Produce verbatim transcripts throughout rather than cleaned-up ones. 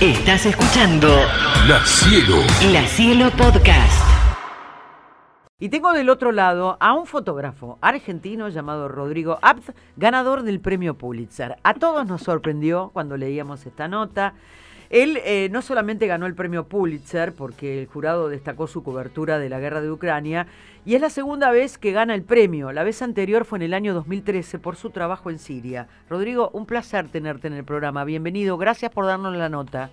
Estás escuchando La Cielo. La Cielo Podcast. Y tengo del otro lado a un fotógrafo argentino llamado Rodrigo Abt, ganador del premio Pulitzer. A todos nos sorprendió cuando leíamos esta nota. Él eh, no solamente ganó el premio Pulitzer, porque el jurado destacó su cobertura de la guerra de Ucrania, y es la segunda vez que gana el premio. La vez anterior fue en el año dos mil trece por su trabajo en Siria. Rodrigo, un placer tenerte en el programa. Bienvenido, gracias por darnos la nota.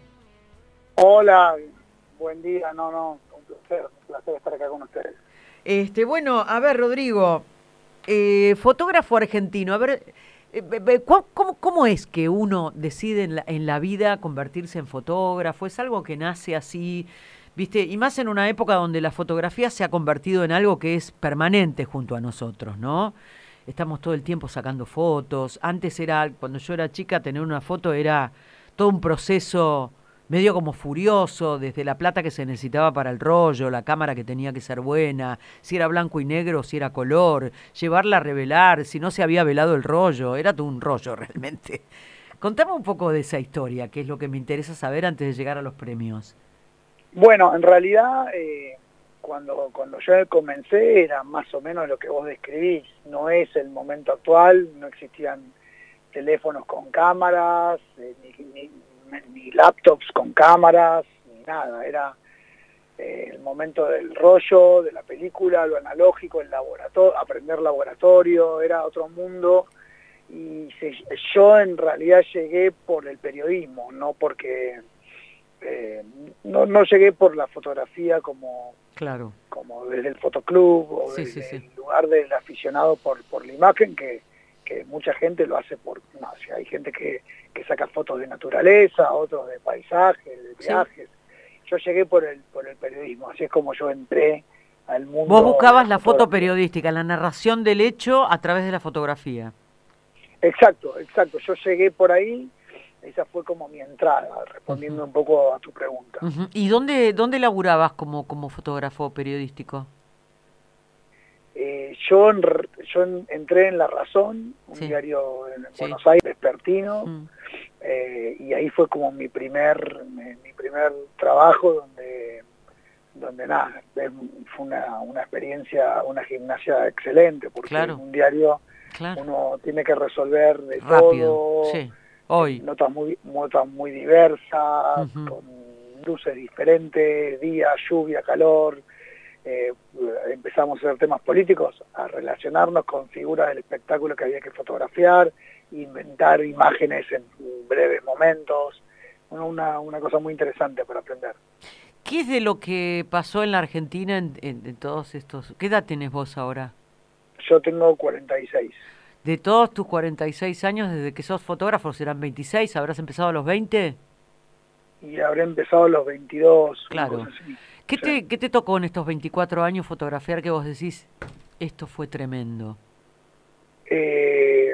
Hola, buen día. No, no, un placer, un placer estar acá con ustedes. Este, bueno, a ver, Rodrigo, eh, fotógrafo argentino, a ver, eh, ¿cómo, ¿cómo es que uno decide en la, en la vida convertirse en fotógrafo? ¿Es algo que nace así, viste? Y más en una época donde la fotografía se ha convertido en algo que es permanente junto a nosotros, ¿no? Estamos todo el tiempo sacando fotos. Antes era, cuando yo era chica, tener una foto era todo un proceso medio como furioso, desde la plata que se necesitaba para el rollo, la cámara que tenía que ser buena, si era blanco y negro, si era color, llevarla a revelar, si no se había velado el rollo, era todo un rollo realmente. Contame un poco de esa historia, que es lo que me interesa saber antes de llegar a los premios. Bueno, en realidad, eh, cuando, cuando yo comencé era más o menos lo que vos describís, no es el momento actual, no existían teléfonos con cámaras, eh, ni, ni ni laptops con cámaras, ni nada, era eh, el momento del rollo, de la película, lo analógico, el laboratorio, aprender laboratorio, era otro mundo, y se, yo en realidad llegué por el periodismo, no porque, eh, no, no llegué por la fotografía como, claro, como desde el fotoclub, o sí, desde sí, sí. el lugar del aficionado por, por la imagen, que que mucha gente lo hace por, no, o sea, hay gente que, que saca fotos de naturaleza, otros de paisajes, de viajes. Sí. Yo llegué por el, por el periodismo, así es como yo entré al mundo. Vos buscabas la, la foto periodística, la narración del hecho a través de la fotografía. Exacto, exacto. Yo llegué por ahí, esa fue como mi entrada, respondiendo uh-huh. un poco a tu pregunta. Uh-huh. ¿Y dónde, dónde laburabas como, como fotógrafo periodístico? Eh, yo, en, yo en, entré en La Razón, un sí. diario en sí. Buenos Aires, vespertino, mm. eh, y ahí fue como mi primer mi, mi primer trabajo donde, donde nada, fue una, una experiencia, una gimnasia excelente, porque claro. en un diario claro. uno tiene que resolver de rápido, todo, sí. Hoy. Notas muy, notas muy diversas, uh-huh. con luces diferentes, día, lluvia, calor. Eh, empezamos a hacer temas políticos, a relacionarnos con figuras del espectáculo que había que fotografiar, inventar imágenes en breves momentos, una, una cosa muy interesante para aprender. ¿Qué es de lo que pasó en la Argentina en, en, en todos estos? ¿Qué edad tenés vos ahora? Yo tengo cuarenta y seis. De todos tus cuarenta y seis años, desde que sos fotógrafo, serán veintiséis, ¿habrás empezado a los veinte? Y habré empezado a los veintidós. Claro. ¿Qué te, ¿Qué te tocó en estos veinticuatro años fotografiar que vos decís, esto fue tremendo? Eh,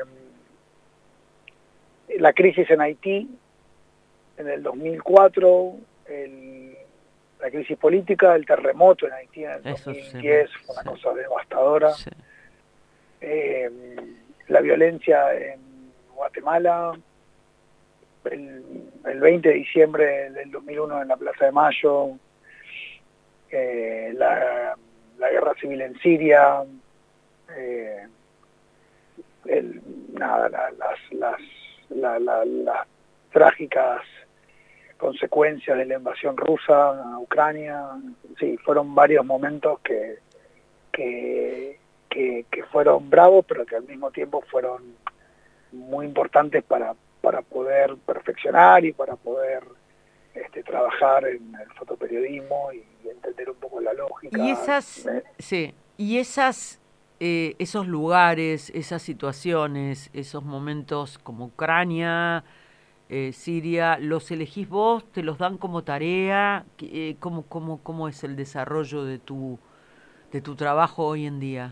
la crisis en Haití, en el dos mil cuatro, el, la crisis política, el terremoto en Haití en el Eso dos mil diez, sí, fue una sí. cosa devastadora. Sí. Eh, la violencia en Guatemala, el, el veinte de diciembre del dos mil uno en la Plaza de Mayo, Eh, la, la guerra civil en Siria, eh, el, nada, la, las, las, la, la, las trágicas consecuencias de la invasión rusa a Ucrania. Sí, fueron varios momentos que, que, que, que fueron bravos, pero que al mismo tiempo fueron muy importantes para, para poder perfeccionar y para poder Este, trabajar en el fotoperiodismo y entender un poco la lógica. Y esas, ¿eh? sí, y esas, eh, esos lugares, esas situaciones, esos momentos como Ucrania, eh, Siria, ¿los elegís vos? ¿Te los dan como tarea? Eh, ¿cómo, cómo, ¿Cómo es el desarrollo de tu, de tu trabajo hoy en día?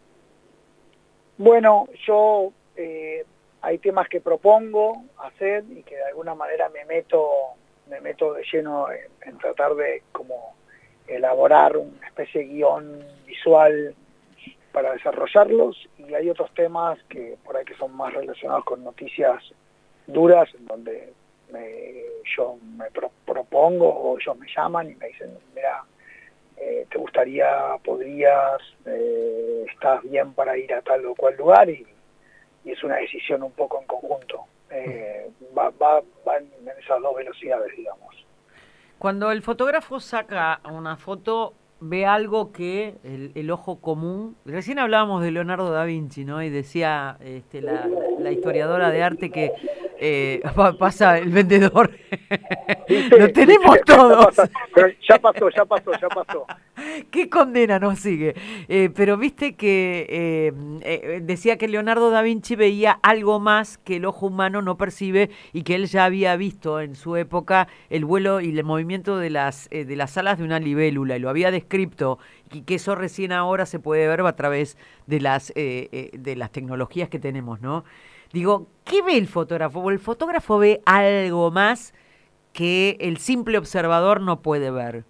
Bueno, yo eh, hay temas que propongo hacer y que de alguna manera me meto me meto de lleno en, en tratar de como elaborar una especie de guión visual para desarrollarlos, y hay otros temas que por ahí que son más relacionados con noticias duras, en donde me, yo me pro, propongo o ellos me llaman y me dicen, mira, eh, te gustaría, podrías, eh, estás bien para ir a tal o cual lugar, y, y es una decisión un poco en conjunto. Eh, va, va, va en esas dos velocidades, digamos. Cuando el fotógrafo saca una foto, ve algo que el, el ojo común... Recién hablábamos de Leonardo da Vinci, ¿no? Y decía este, la, la, la historiadora de arte que eh, pasa el vendedor. ¿Viste? Lo tenemos ¿Viste? todos. Pero ya pasó, ya pasó, ya pasó. Qué condena nos sigue. Eh, pero viste que eh, eh, decía que Leonardo da Vinci veía algo más que el ojo humano no percibe, y que él ya había visto en su época el vuelo y el movimiento de las, eh, de las alas de una libélula, y lo había descrito, y que eso recién ahora se puede ver a través de las, eh, eh, de las tecnologías que tenemos, ¿no? Digo, ¿qué ve el fotógrafo? El fotógrafo ve algo más que el simple observador no puede ver.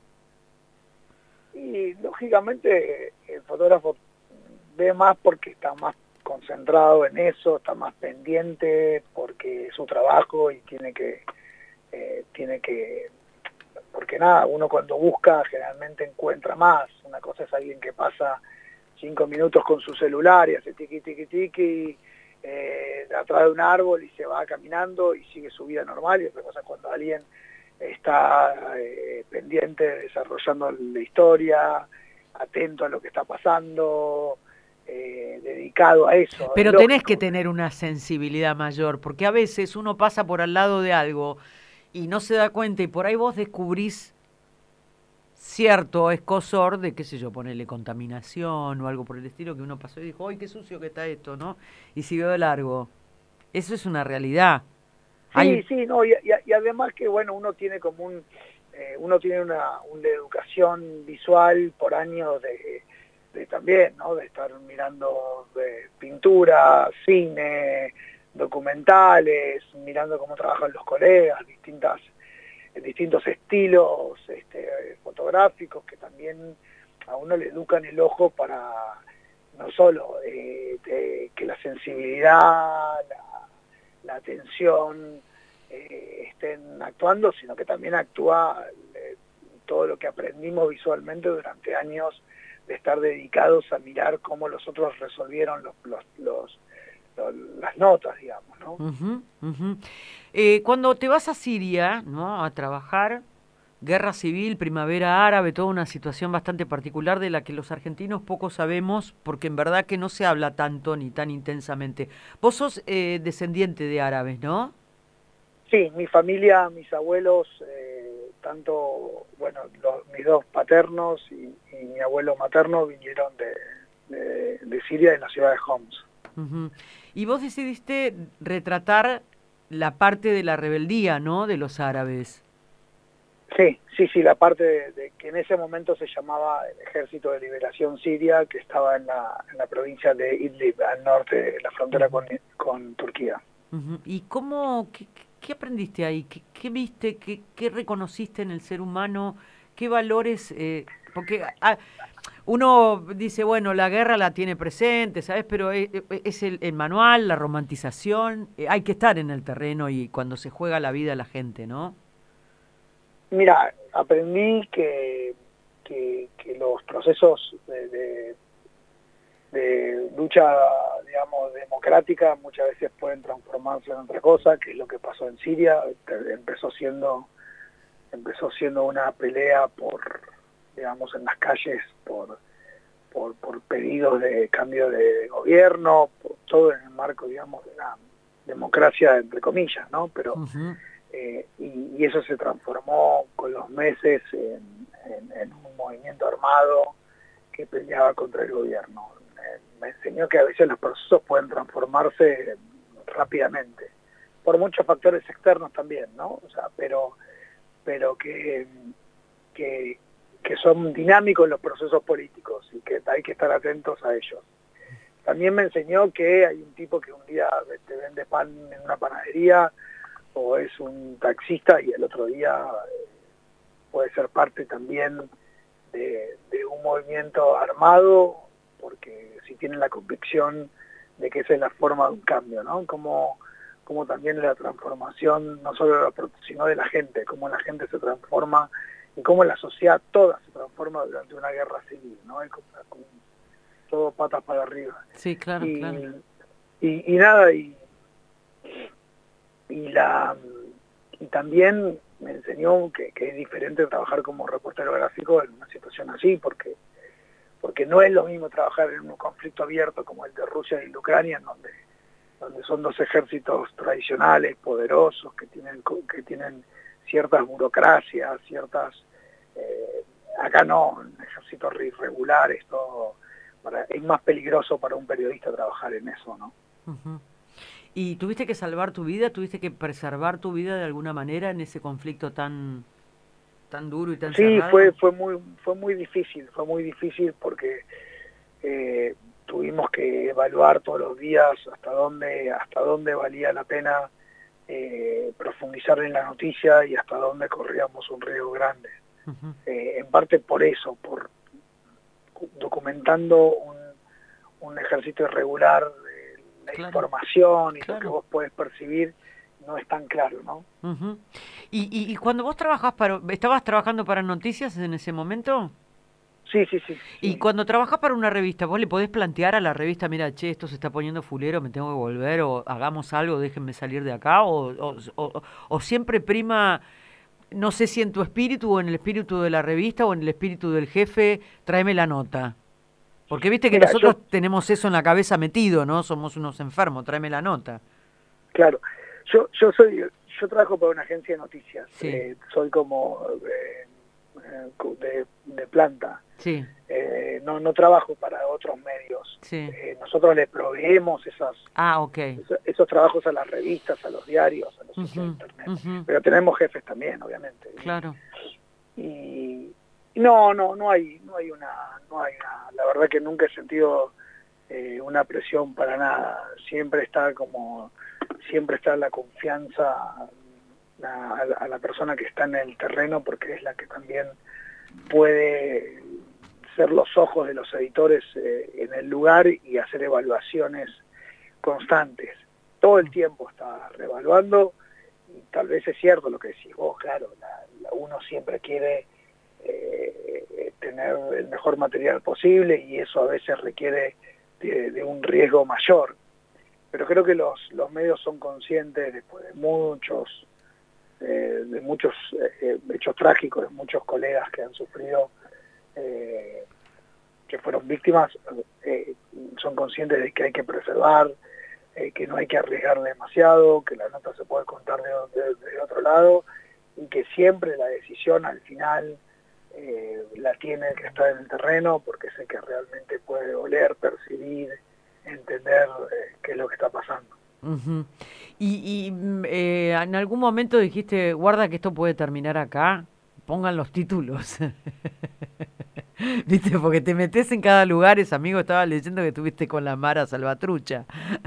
Y lógicamente el fotógrafo ve más porque está más concentrado en eso, está más pendiente porque es su trabajo y tiene que, eh, tiene que, porque nada, uno cuando busca generalmente encuentra más. Una cosa es alguien que pasa cinco minutos con su celular y hace tiqui tiqui tiqui eh, atrás de un árbol y se va caminando y sigue su vida normal, y otra cosa es cuando alguien está eh, pendiente, desarrollando la historia, atento a lo que está pasando, eh, dedicado a eso. Pero tenés que tener una sensibilidad mayor, porque a veces uno pasa por al lado de algo y no se da cuenta, y por ahí vos descubrís cierto escosor de, qué sé yo, ponerle contaminación o algo por el estilo, que uno pasó y dijo, ¡ay, qué sucio que está esto!, ¿no? Y siguió de largo. Eso es una realidad. Sí, Hay... sí, no, y, y, y además que, bueno, uno tiene como un, eh, uno tiene una, una educación visual por años de, de también, ¿no? De estar mirando de pintura, cine, documentales, mirando cómo trabajan los colegas, distintas, distintos estilos este, fotográficos que también a uno le educan el ojo para no solo eh, de, que la sensibilidad, la, la atención eh, estén actuando, sino que también actúa eh, todo lo que aprendimos visualmente durante años de estar dedicados a mirar cómo los otros resolvieron los, los, los, los las notas, digamos, ¿no? Uh-huh, uh-huh. Eh, cuando te vas a Siria, ¿no?, a trabajar, guerra civil, primavera árabe, toda una situación bastante particular de la que los argentinos poco sabemos, porque en verdad que no se habla tanto ni tan intensamente. Vos sos eh, descendiente de árabes, ¿no? Sí, mi familia, mis abuelos, eh, tanto, bueno, los, mis dos paternos y, y mi abuelo materno vinieron de, de, de Siria, de la ciudad de Homs. Uh-huh. Y vos decidiste retratar la parte de la rebeldía, ¿no?, de los árabes. Sí, sí, sí, la parte de, de que en ese momento se llamaba el Ejército de Liberación Siria, que estaba en la, en la provincia de Idlib, al norte de la frontera uh-huh. con, con Turquía. Uh-huh. ¿Y cómo, qué, qué aprendiste ahí? ¿Qué, qué viste? ¿Qué, ¿Qué reconociste en el ser humano? ¿Qué valores? Eh, porque ah, uno dice, bueno, la guerra la tiene presente, ¿sabes? Pero es, es el, el manual, la romantización. Eh, hay que estar en el terreno y cuando se juega la vida la gente, ¿no? Mira, aprendí que, que, que los procesos de, de, de lucha, digamos, democrática muchas veces pueden transformarse en otra cosa, que es lo que pasó en Siria. Empezó siendo, empezó siendo una pelea por, digamos, en las calles, por, por, por pedidos de cambio de gobierno, por todo en el marco, digamos, de la democracia, entre comillas, ¿no? Pero... Uh-huh. Eh, y, y eso se transformó con los meses en, en, en un movimiento armado que peleaba contra el gobierno. Eh, me enseñó que a veces los procesos pueden transformarse rápidamente, por muchos factores externos también, ¿no? O sea, pero, pero que, que, que son dinámicos los procesos políticos y que hay que estar atentos a ellos. También me enseñó que hay un tipo que un día te vende pan en una panadería, o es un taxista, y el otro día puede ser parte también de, de un movimiento armado, porque si tienen la convicción de que esa es la forma de un cambio, ¿no? Cómo, como también la transformación, no solo de la, sino de la gente, cómo la gente se transforma y cómo la sociedad toda se transforma durante una guerra civil, ¿no? Es como, como todo patas para arriba. Sí, claro, y, claro. Y, y nada, y, y, la, y también me enseñó que, que es diferente trabajar como reportero gráfico en una situación así, porque porque no es lo mismo trabajar en un conflicto abierto como el de Rusia y de Ucrania, en donde, donde son dos ejércitos tradicionales, poderosos, que tienen que tienen ciertas burocracias, ciertas... Eh, acá no, ejércitos irregulares, todo... Para, es más peligroso para un periodista trabajar en eso, ¿no? Uh-huh. ¿Y tuviste que salvar tu vida? ¿Tuviste que preservar tu vida de alguna manera en ese conflicto tan... tan duro y tan sí, cerrado? fue fue muy fue muy difícil, fue muy difícil porque eh, tuvimos que evaluar todos los días hasta dónde hasta dónde valía la pena eh, profundizar en la noticia y hasta dónde corríamos un riesgo grande. Uh-huh. Eh, en parte por eso, por documentando un, un ejército irregular, de la claro. información y claro. lo que vos podés percibir no es tan claro, ¿no? Uh-huh. ¿Y, y, y cuando vos trabajás para, estabas trabajando para Noticias en ese momento? Sí, sí, sí. Y sí. cuando trabajás para una revista, ¿vos le podés plantear a la revista, mira, che, esto se está poniendo fulero, me tengo que volver, o hagamos algo, déjenme salir de acá, o, o, o, o siempre prima, no sé si en tu espíritu o en el espíritu de la revista o en el espíritu del jefe, tráeme la nota? Porque viste que mira, nosotros yo... tenemos eso en la cabeza metido, ¿no? Somos unos enfermos, tráeme la nota. Claro. Yo yo soy yo trabajo para una agencia de noticias, sí. eh, soy como eh, de, de planta, sí. eh, no no trabajo para otros medios, sí. eh, nosotros le proveemos esas ah, okay. esos, esos trabajos a las revistas, a los diarios, a los uh-huh, sitios de internet, uh-huh. pero tenemos jefes también, obviamente. Claro. Y, y no no no hay no hay una no hay una, la verdad que nunca he sentido eh, una presión para nada, siempre está como siempre está la confianza a, a la persona que está en el terreno, porque es la que también puede ser los ojos de los editores eh, en el lugar y hacer evaluaciones constantes. Todo el tiempo está reevaluando, y tal vez es cierto lo que decís vos, claro, la, la uno siempre quiere eh, tener el mejor material posible y eso a veces requiere de, de un riesgo mayor. Pero creo que los, los medios son conscientes, después de muchos eh, de muchos eh, hechos trágicos, de muchos colegas que han sufrido, eh, que fueron víctimas, eh, son conscientes de que hay que preservar, eh, que no hay que arriesgar demasiado, que la nota se puede contar de, de, de otro lado, y que siempre la decisión al final eh, la tiene el que está en el terreno, porque es el que realmente puede oler, percibir, entender eh, qué es lo que está pasando. Uh-huh. Y, y eh, en algún momento dijiste, guarda que esto puede terminar acá, pongan los títulos. ¿Viste? Porque te metes en cada lugar, ese amigo estaba leyendo que estuviste con la Mara Salvatrucha.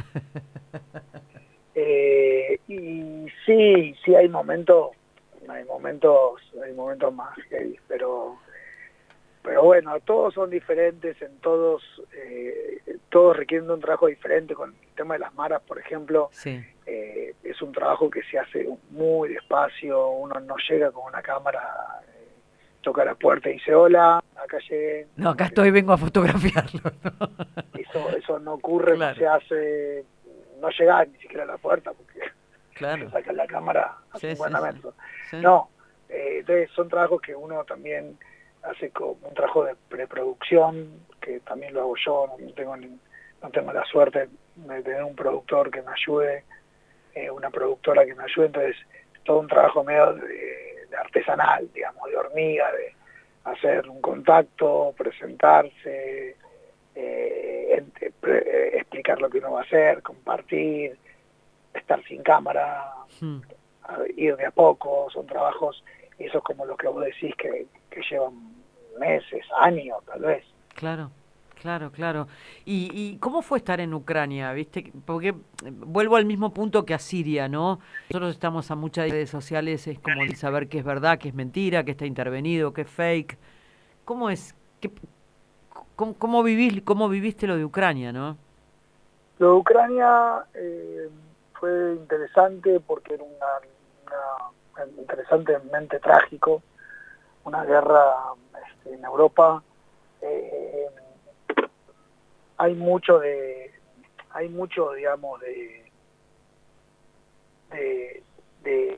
eh, y sí, sí hay momentos, hay momentos, hay momentos más heavy, pero Pero bueno, todos son diferentes, en todos eh, todos requieren de un trabajo diferente. Con el tema de las maras, por ejemplo, sí. eh, es un trabajo que se hace muy despacio, uno no llega con una cámara, eh, toca la puerta y dice, hola, acá llegué. No, acá estoy, vengo a fotografiarlo. ¿No? Eso, eso no ocurre, claro. no se hace, no llegás ni siquiera a la puerta, porque claro. sacan la cámara a sí, cincuenta sí, metros. Sí. No, eh, entonces son trabajos que uno también hace como un trabajo de preproducción, que también lo hago yo, no tengo ni, no tengo la suerte de tener un productor que me ayude, eh, una productora que me ayude, entonces todo un trabajo medio de, de artesanal, digamos, de hormiga, de hacer un contacto, presentarse, eh, ent, pre, explicar lo que uno va a hacer, compartir, estar sin cámara, hmm. ir de a poco, son trabajos, y eso es como lo que vos decís que, que llevan meses, años tal vez. Claro, claro, claro. ¿Y, y cómo fue estar en Ucrania? ¿Viste? Porque vuelvo al mismo punto que a Siria, ¿no? Nosotros estamos a muchas redes sociales, es como el saber qué es verdad, qué es mentira, qué está intervenido, qué es fake. ¿Cómo es? Qué, cómo, cómo, vivís, ¿Cómo viviste lo de Ucrania, no? Lo de Ucrania eh, fue interesante porque era una, una interesantemente trágico, una guerra este, en Europa. Eh, hay mucho de, hay mucho, digamos, de, de, de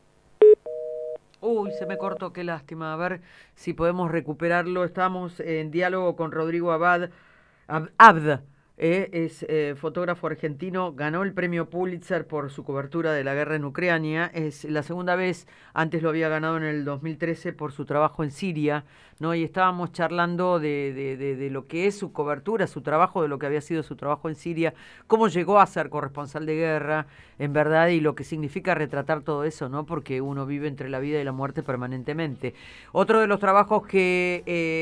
Uy, se me cortó, qué lástima. A ver si podemos recuperarlo. Estamos en diálogo con Rodrigo Abad, Ab- Abd, eh, es eh, fotógrafo argentino, ganó el premio Pulitzer por su cobertura de la guerra en Ucrania. Es la segunda vez, antes lo había ganado en el dos mil trece por su trabajo en Siria, ¿no? Y estábamos charlando de, de, de, de lo que es su cobertura, su trabajo, de lo que había sido su trabajo en Siria, cómo llegó a ser corresponsal de guerra, en verdad, y lo que significa retratar todo eso, ¿no? Porque uno vive entre la vida y la muerte permanentemente. Otro de los trabajos que...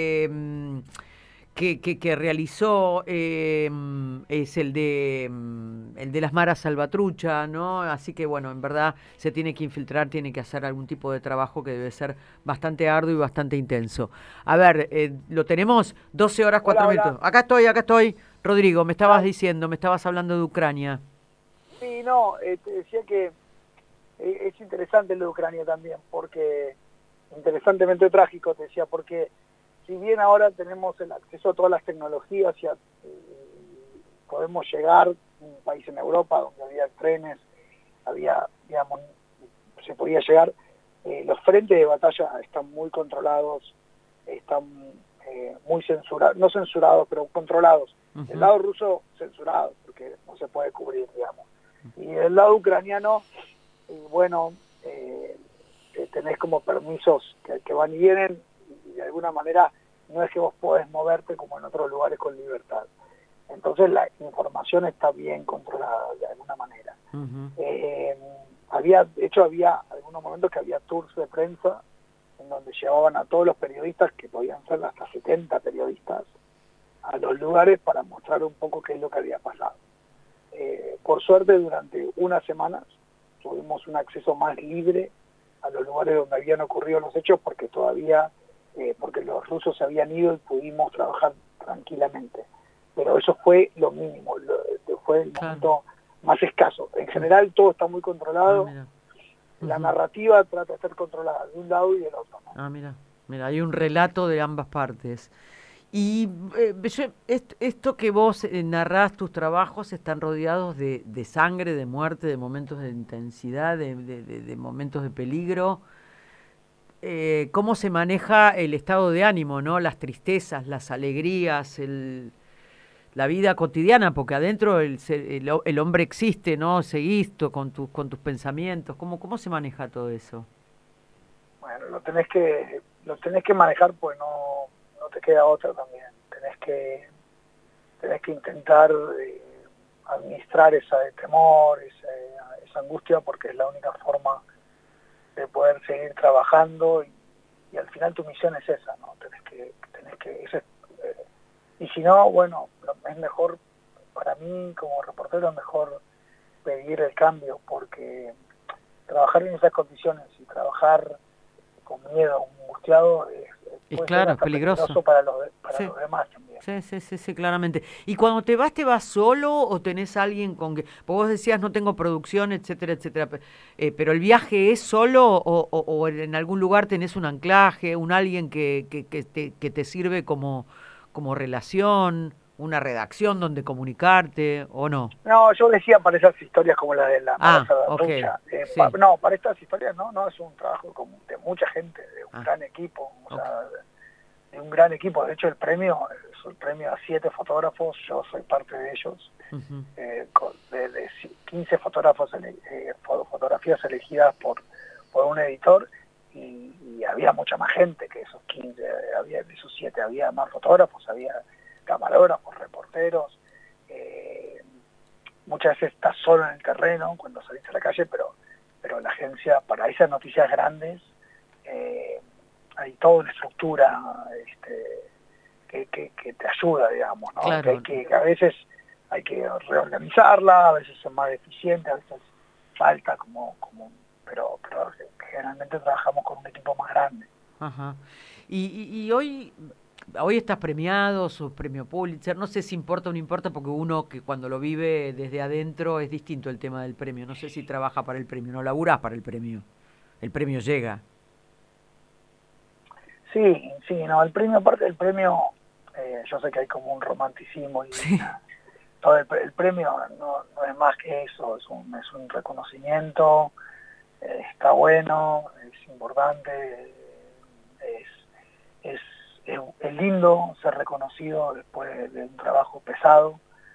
Eh, que, que, que realizó eh, es el de el de las maras salvatrucha, ¿no? Así que bueno, en verdad se tiene que infiltrar, tiene que hacer algún tipo de trabajo que debe ser bastante arduo y bastante intenso. A ver, eh, lo tenemos doce horas cuatro hola, minutos. hola. Acá estoy, acá estoy. Rodrigo, me estabas Ah, diciendo, me estabas hablando de Ucrania. sí, no, eh, te decía que eh, es interesante lo de Ucrania también, porque interesantemente trágico, te decía, porque si bien ahora tenemos el acceso a todas las tecnologías y a, eh, podemos llegar a un país en Europa donde había trenes, había, digamos, se podía llegar, eh, los frentes de batalla están muy controlados, están eh, muy censurados, no censurados, pero controlados. Uh-huh. Del lado ruso, censurado, porque no se puede cubrir, digamos. Y del lado ucraniano, y bueno, eh, tenés como permisos que, que van y vienen, y de alguna manera no es que vos podés moverte como en otros lugares con libertad. Entonces la información está bien controlada de alguna manera. Uh-huh. eh, había, de hecho había algunos momentos que había tours de prensa en donde llevaban a todos los periodistas, que podían ser hasta setenta periodistas, a los lugares para mostrar un poco qué es lo que había pasado. Eh, por suerte durante unas semanas tuvimos un acceso más libre a los lugares donde habían ocurrido los hechos, porque todavía, eh, porque los rusos se habían ido y pudimos trabajar tranquilamente. Pero eso fue lo mínimo, lo, fue el momento claro. más escaso. En general todo está muy controlado, ah, uh-huh. la narrativa trata de ser controlada de un lado y del otro, ¿no? Ah, mira, mira, hay un relato de ambas partes. Y eh, yo, esto, esto que vos eh, narrás, tus trabajos están rodeados de, de sangre, de muerte, de momentos de intensidad, de, de, de, de momentos de peligro. Eh, ¿Cómo se maneja el estado de ánimo, ¿no? Las tristezas, las alegrías, el, la vida cotidiana, porque adentro el, el, el hombre existe, ¿no? Seguís con, tu, con tus pensamientos. ¿Cómo, ¿Cómo se maneja todo eso? Bueno, lo tenés que, lo tenés que manejar, pues no... no te queda otra también, tenés que tenés que intentar eh, administrar esa de temor, esa, esa angustia, porque es la única forma de poder seguir trabajando y, y al final tu misión es esa, ¿no? Tenés que, tenés que ese, eh, y si no, bueno, es mejor, para mí como reportero es mejor pedir el cambio, porque trabajar en esas condiciones y trabajar con miedo, angustiado, es Es claro, es peligroso. peligroso para, los, para sí. los demás también. Sí, sí, sí, sí, claramente. ¿Y cuando te vas, te vas solo o tenés alguien con que... Porque vos decías no tengo producción, etcétera, etcétera. Eh, ¿Pero el viaje es solo o, o, o en algún lugar tenés un anclaje, un alguien que, que, que, te, que te sirve como, como relación, una redacción donde comunicarte o no? No, yo decía para esas historias como la de la ah, okay. eh, sí. pa, No, para estas historias no, no, es un trabajo como de mucha gente, de un ah. gran equipo, o okay. sea, de, de un gran equipo. De hecho, el premio es el premio a siete fotógrafos, yo soy parte de ellos, uh-huh. eh, con, de, de quince fotógrafos, eh, fotografías elegidas por, por un editor, y, y había mucha más gente que esos quince, había de esos siete, había más fotógrafos, había camarógrafos, reporteros, eh, muchas veces estás solo en el terreno cuando salís a la calle, pero pero la agencia, para esas noticias grandes, eh, hay toda una estructura este, que, que, que te ayuda, digamos, ¿no? Claro. Que, hay que, que a veces hay que reorganizarla, a veces es más eficiente, a veces falta, como, como pero, pero generalmente trabajamos con un equipo más grande. Ajá. Y, y, y hoy... hoy estás premiado, sos premio Pulitzer, no sé si importa o no importa, porque uno que cuando lo vive desde adentro es distinto el tema del premio. No sé si trabaja para el premio, no laburás para el premio. El premio llega. Sí, sí, no, el premio, aparte del premio, eh, yo sé que hay como un romanticismo y Sí. todo el, el premio no, no es más que eso, es un, es un reconocimiento, eh, está bueno, es importante, es, es, es, es lindo ser reconocido después de un trabajo pesado,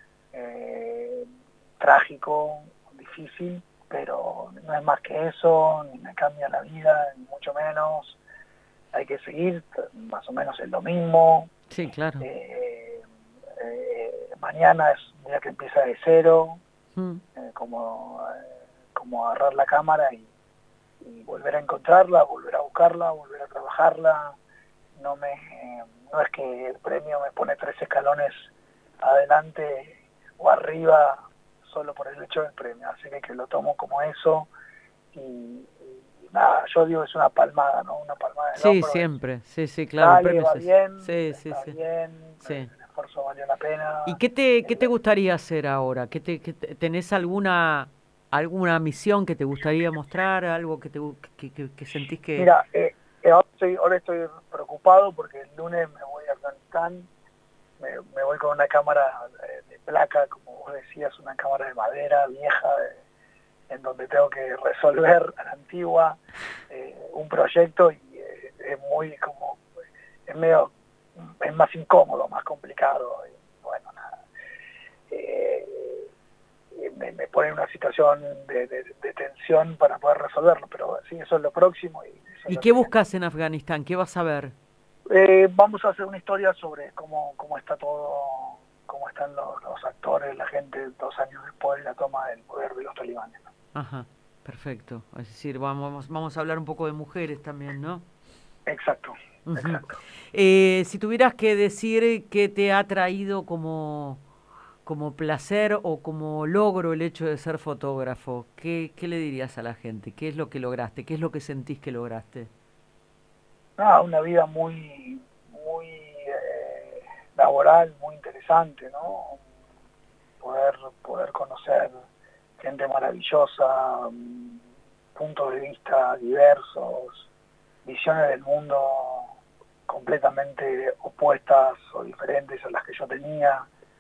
eh, trágico, difícil, pero no es más que eso, ni me cambia la vida, ni mucho menos. Hay que seguir, más o menos es lo mismo. Sí, claro. Eh, eh, mañana es un día que empieza de cero, Mm. eh, como, eh, como agarrar la cámara y, y volver a encontrarla, volver a buscarla, volver a trabajarla. No me, eh, no es que el premio me pone tres escalones adelante o arriba solo por el hecho del premio, así que, que lo tomo como eso y, y nada, yo digo es una palmada, ¿no? Una palmada del Sí, hombro. siempre, sí, sí, claro. Dale, el premio va es bien, sí, sí, está sí. bien, Sí. el esfuerzo valió la pena. ¿Y qué te, qué te gustaría hacer ahora? ¿Qué te, qué te- ¿Tenés alguna alguna misión que te gustaría mostrar? ¿Algo que te gu- que, que, que sentís que...? Mira, eh, eh, ahora, estoy, ahora estoy preocupado porque el lunes me voy a Afganistán, me, me voy con una cámara de, de placa, como vos decías, una cámara de madera vieja, de, en donde tengo que resolver a la antigua eh, un proyecto y eh, es muy como, es medio, es más incómodo, más complicado, y bueno, nada. Eh, me, me pone en una situación de, de, de tensión para poder resolverlo, pero sí, eso es lo próximo. ¿Y, eso ¿Y es lo qué que, buscas en Afganistán? ¿Qué vas a ver? eh, vamos a hacer una historia sobre cómo, cómo está todo, cómo están los, los actores, la gente dos años después de la toma del poder de los talibanes, ¿no? Ajá, perfecto. Es decir, vamos, vamos a hablar un poco de mujeres también, ¿no? Exacto, Ujú. exacto. Eh, si tuvieras que decir qué te ha traído como, como placer o como logro el hecho de ser fotógrafo, ¿qué, qué le dirías a la gente? ¿Qué es lo que lograste? ¿Qué es lo que sentís que lograste? Ah, una vida muy, muy eh, laboral, muy interesante, ¿no? Poder, poder conocer gente maravillosa, mm, puntos de vista diversos, visiones del mundo completamente opuestas o diferentes a las que yo tenía,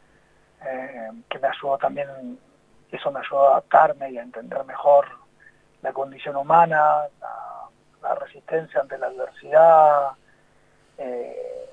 eh, que me ayudó también, eso me ayudó a adaptarme y a entender mejor la condición humana, la, la resistencia ante la adversidad, eh,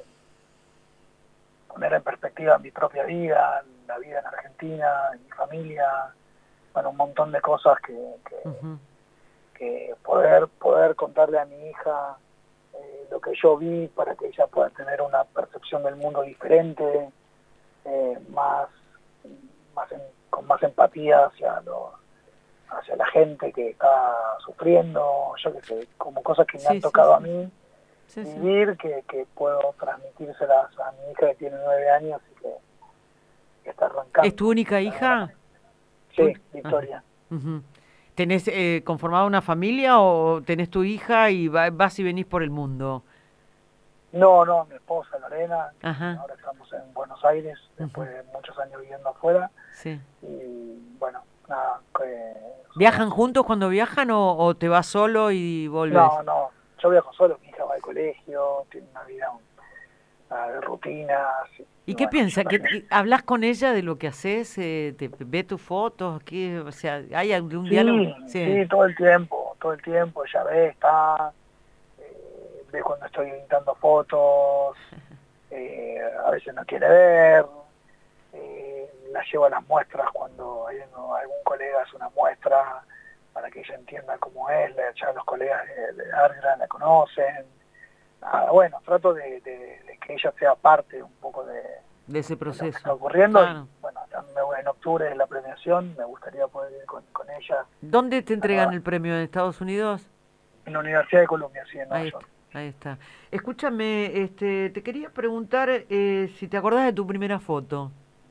poner en perspectiva mi propia vida, la vida en Argentina, mi familia, bueno, un montón de cosas que, que, Uh-huh. que poder, poder contarle a mi hija eh, lo que yo vi para que ella pueda tener una percepción del mundo diferente, eh, más, más en, con más empatía hacia los hacia la gente que está sufriendo, yo qué sé, como cosas que me Sí, han sí, tocado a sí. mí Sí, sí. vivir, que, que puedo transmitírselas a mi hija que tiene nueve años y que, que está arrancando. ¿Es tu única de alguna hija? manera. ¿Tu Sí, uni- Victoria. Ajá. Ujú. ¿Tenés eh, conformada una familia o tenés tu hija y va- vas y venís por el mundo? No, no, mi esposa Lorena, que Ajá. ahora estamos en Buenos Aires, después Ujú. de muchos años viviendo afuera, Sí. y bueno, nada, que ¿Viajan somos- juntos cuando viajan o, o te vas solo y volves? no, no, yo viajo solo, mi hija va al colegio, tiene una vida uh, de rutinas, y, ¿Y y qué bueno, yo piensa? ¿Que, también. que hablas con ella de lo que haces? Eh, ¿te ve tus fotos? ¿Qué? O sea, ¿hay algún diálogo? Sí, Sí. sí, todo el tiempo, todo el tiempo, ella ve, está, eh, ve cuando estoy editando fotos, eh, a veces no quiere ver, eh, la llevo a las muestras cuando hay uno- algún colega hace una muestra para que ella entienda cómo es, la- ya los colegas de, de Argra la conocen. Ah, bueno, trato de, de- de que ella sea parte un poco de, De ese de lo que está proceso. ocurriendo Claro. y bueno, también me voy en octubre de la premiación, me gustaría poder ir con, con ella ¿Dónde te a entregan Nueva- el premio? ¿En Estados Unidos? en la Universidad de Columbia, sí, en Nueva Ahí York. está, ahí está. Escúchame, este, te quería preguntar eh, si te acordás de tu primera foto.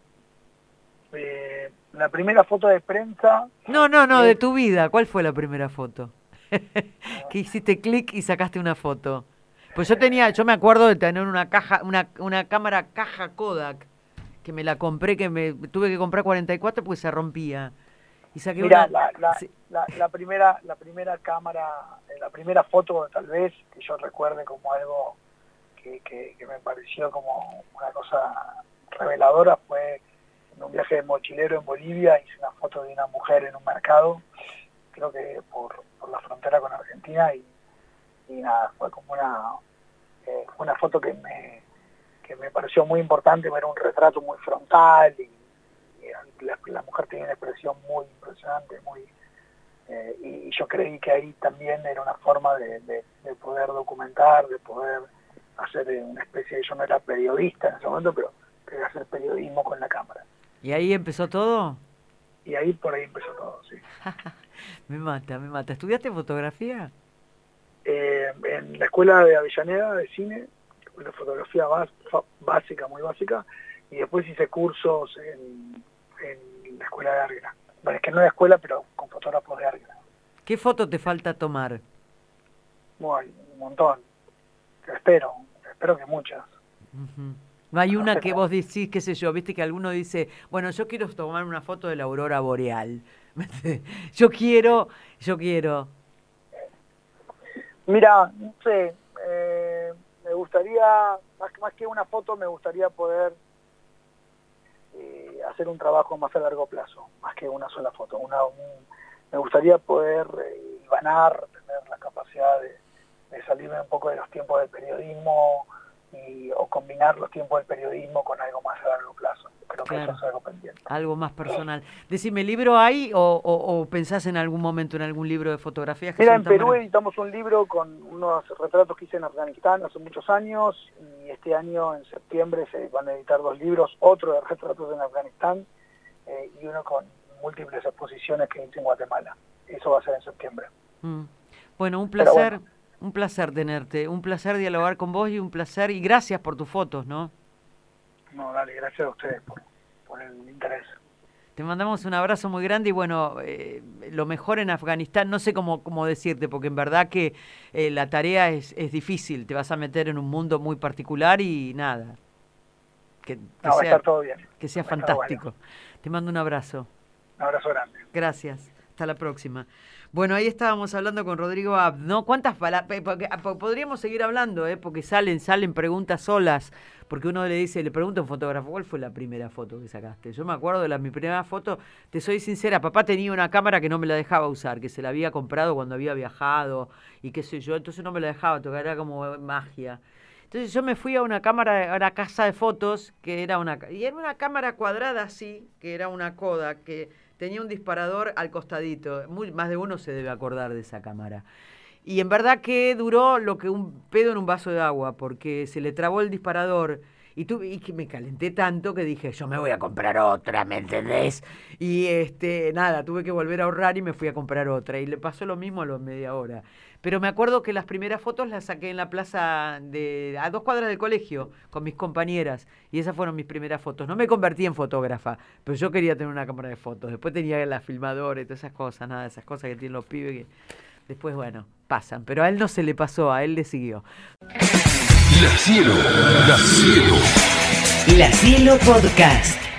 Eh, la primera foto de prensa No, no, no, de es, tu vida. ¿Cuál fue la primera foto? Que hiciste clic y sacaste una foto. Pues yo tenía, yo me acuerdo de tener una caja, una, una cámara caja Kodak, que me la compré, que me tuve que comprar cuarenta y cuatro porque se rompía. Y saqué Mirá, una... la, la, sí. la, la primera la primera cámara, la primera foto tal vez, que yo recuerde como algo que, que, que me pareció como una cosa reveladora, fue en un viaje de mochilero en Bolivia. Hice una foto de una mujer en un mercado, creo que por, por la frontera con Argentina, y, y nada, fue como una, eh, una foto que me, que me pareció muy importante. Era un retrato muy frontal y, y la, la mujer tenía una expresión muy impresionante, muy eh, y, y yo creí que ahí también era una forma de, de, de poder documentar, de poder hacer una especie de, yo no era periodista en ese momento, pero quería hacer periodismo con la cámara. ¿Y ahí empezó todo? Y ahí por ahí empezó todo, sí. Me mata, me mata. ¿Estudiaste fotografía? Eh, en la escuela de Avellaneda de cine, una fotografía bas, básica, muy básica, y después hice cursos en, en la escuela de Árgueda. Bueno, es que no era escuela, pero con fotógrafos de Árgueda. ¿Qué foto te falta tomar? Bueno, un montón. Espero, espero que muchas. Uh-huh. No hay una que vos decís, qué sé yo, viste que alguno dice, bueno, yo quiero tomar una foto de la aurora boreal. yo quiero, yo quiero. Mira, no sé, eh, me gustaría, más, más que una foto, me gustaría poder eh, hacer un trabajo más a largo plazo, más que una sola foto. Una, un, me gustaría poder eh, ganar, tener la capacidad de, de salirme un poco de los tiempos del periodismo, y, o combinar los tiempos del periodismo con algo más a largo plazo. Creo claro. que eso es algo pendiente. Algo más personal. Decime, ¿libro hay o, o, o pensás en algún momento en algún libro de fotografías? Mira, en Perú editamos un libro con unos retratos que hice en Afganistán hace muchos años, y este año, en septiembre, se van a editar dos libros, otro de retratos en Afganistán eh, y uno con múltiples exposiciones que hice en Guatemala. Eso va a ser en septiembre. Mm. Bueno, un placer. Bueno. Un placer tenerte, un placer dialogar con vos y un placer, y gracias por tus fotos, ¿no? No, dale, gracias a ustedes por, por el interés. Te mandamos un abrazo muy grande y bueno, eh, lo mejor en Afganistán, no sé cómo, cómo decirte, porque en verdad que eh, la tarea es, es difícil, te vas a meter en un mundo muy particular y nada, que, que no, va sea, a estar todo bien. Que sea fantástico. Bueno. Te mando un abrazo. Un abrazo grande. Gracias. Hasta la próxima. Bueno, ahí estábamos hablando con Rodrigo Abt, ¿no? ¿Cuántas palabras? Podríamos seguir hablando, ¿eh? Porque salen, salen preguntas solas, porque uno le dice, le pregunta a un fotógrafo, ¿cuál fue la primera foto que sacaste? Yo me acuerdo de la, mi primera foto, te soy sincera, papá tenía una cámara que no me la dejaba usar, que se la había comprado cuando había viajado, y qué sé yo, entonces no me la dejaba tocar, era como magia. Entonces yo me fui a una cámara, a una casa de fotos, que era una, y era una cámara cuadrada así, que era una Kodak, que tenía un disparador al costadito. Muy, más de uno se debe acordar de esa cámara. Y en verdad que duró lo que un pedo en un vaso de agua, porque se le trabó el disparador. Y, tuve, y que me calenté tanto que dije, yo me voy a comprar otra, ¿me entendés? Y este nada, tuve que volver a ahorrar y me fui a comprar otra. Y le pasó lo mismo a los media hora. Pero me acuerdo que las primeras fotos las saqué en la plaza de a dos cuadras del colegio con mis compañeras. Y esas fueron mis primeras fotos. No me convertí en fotógrafa, pero yo quería tener una cámara de fotos. Después tenía las filmadoras y todas esas cosas, nada, esas cosas que tienen los pibes que después, bueno, pasan. Pero a él no se le pasó, a él le siguió. La Cielo, La Cielo. La Cielo Podcast.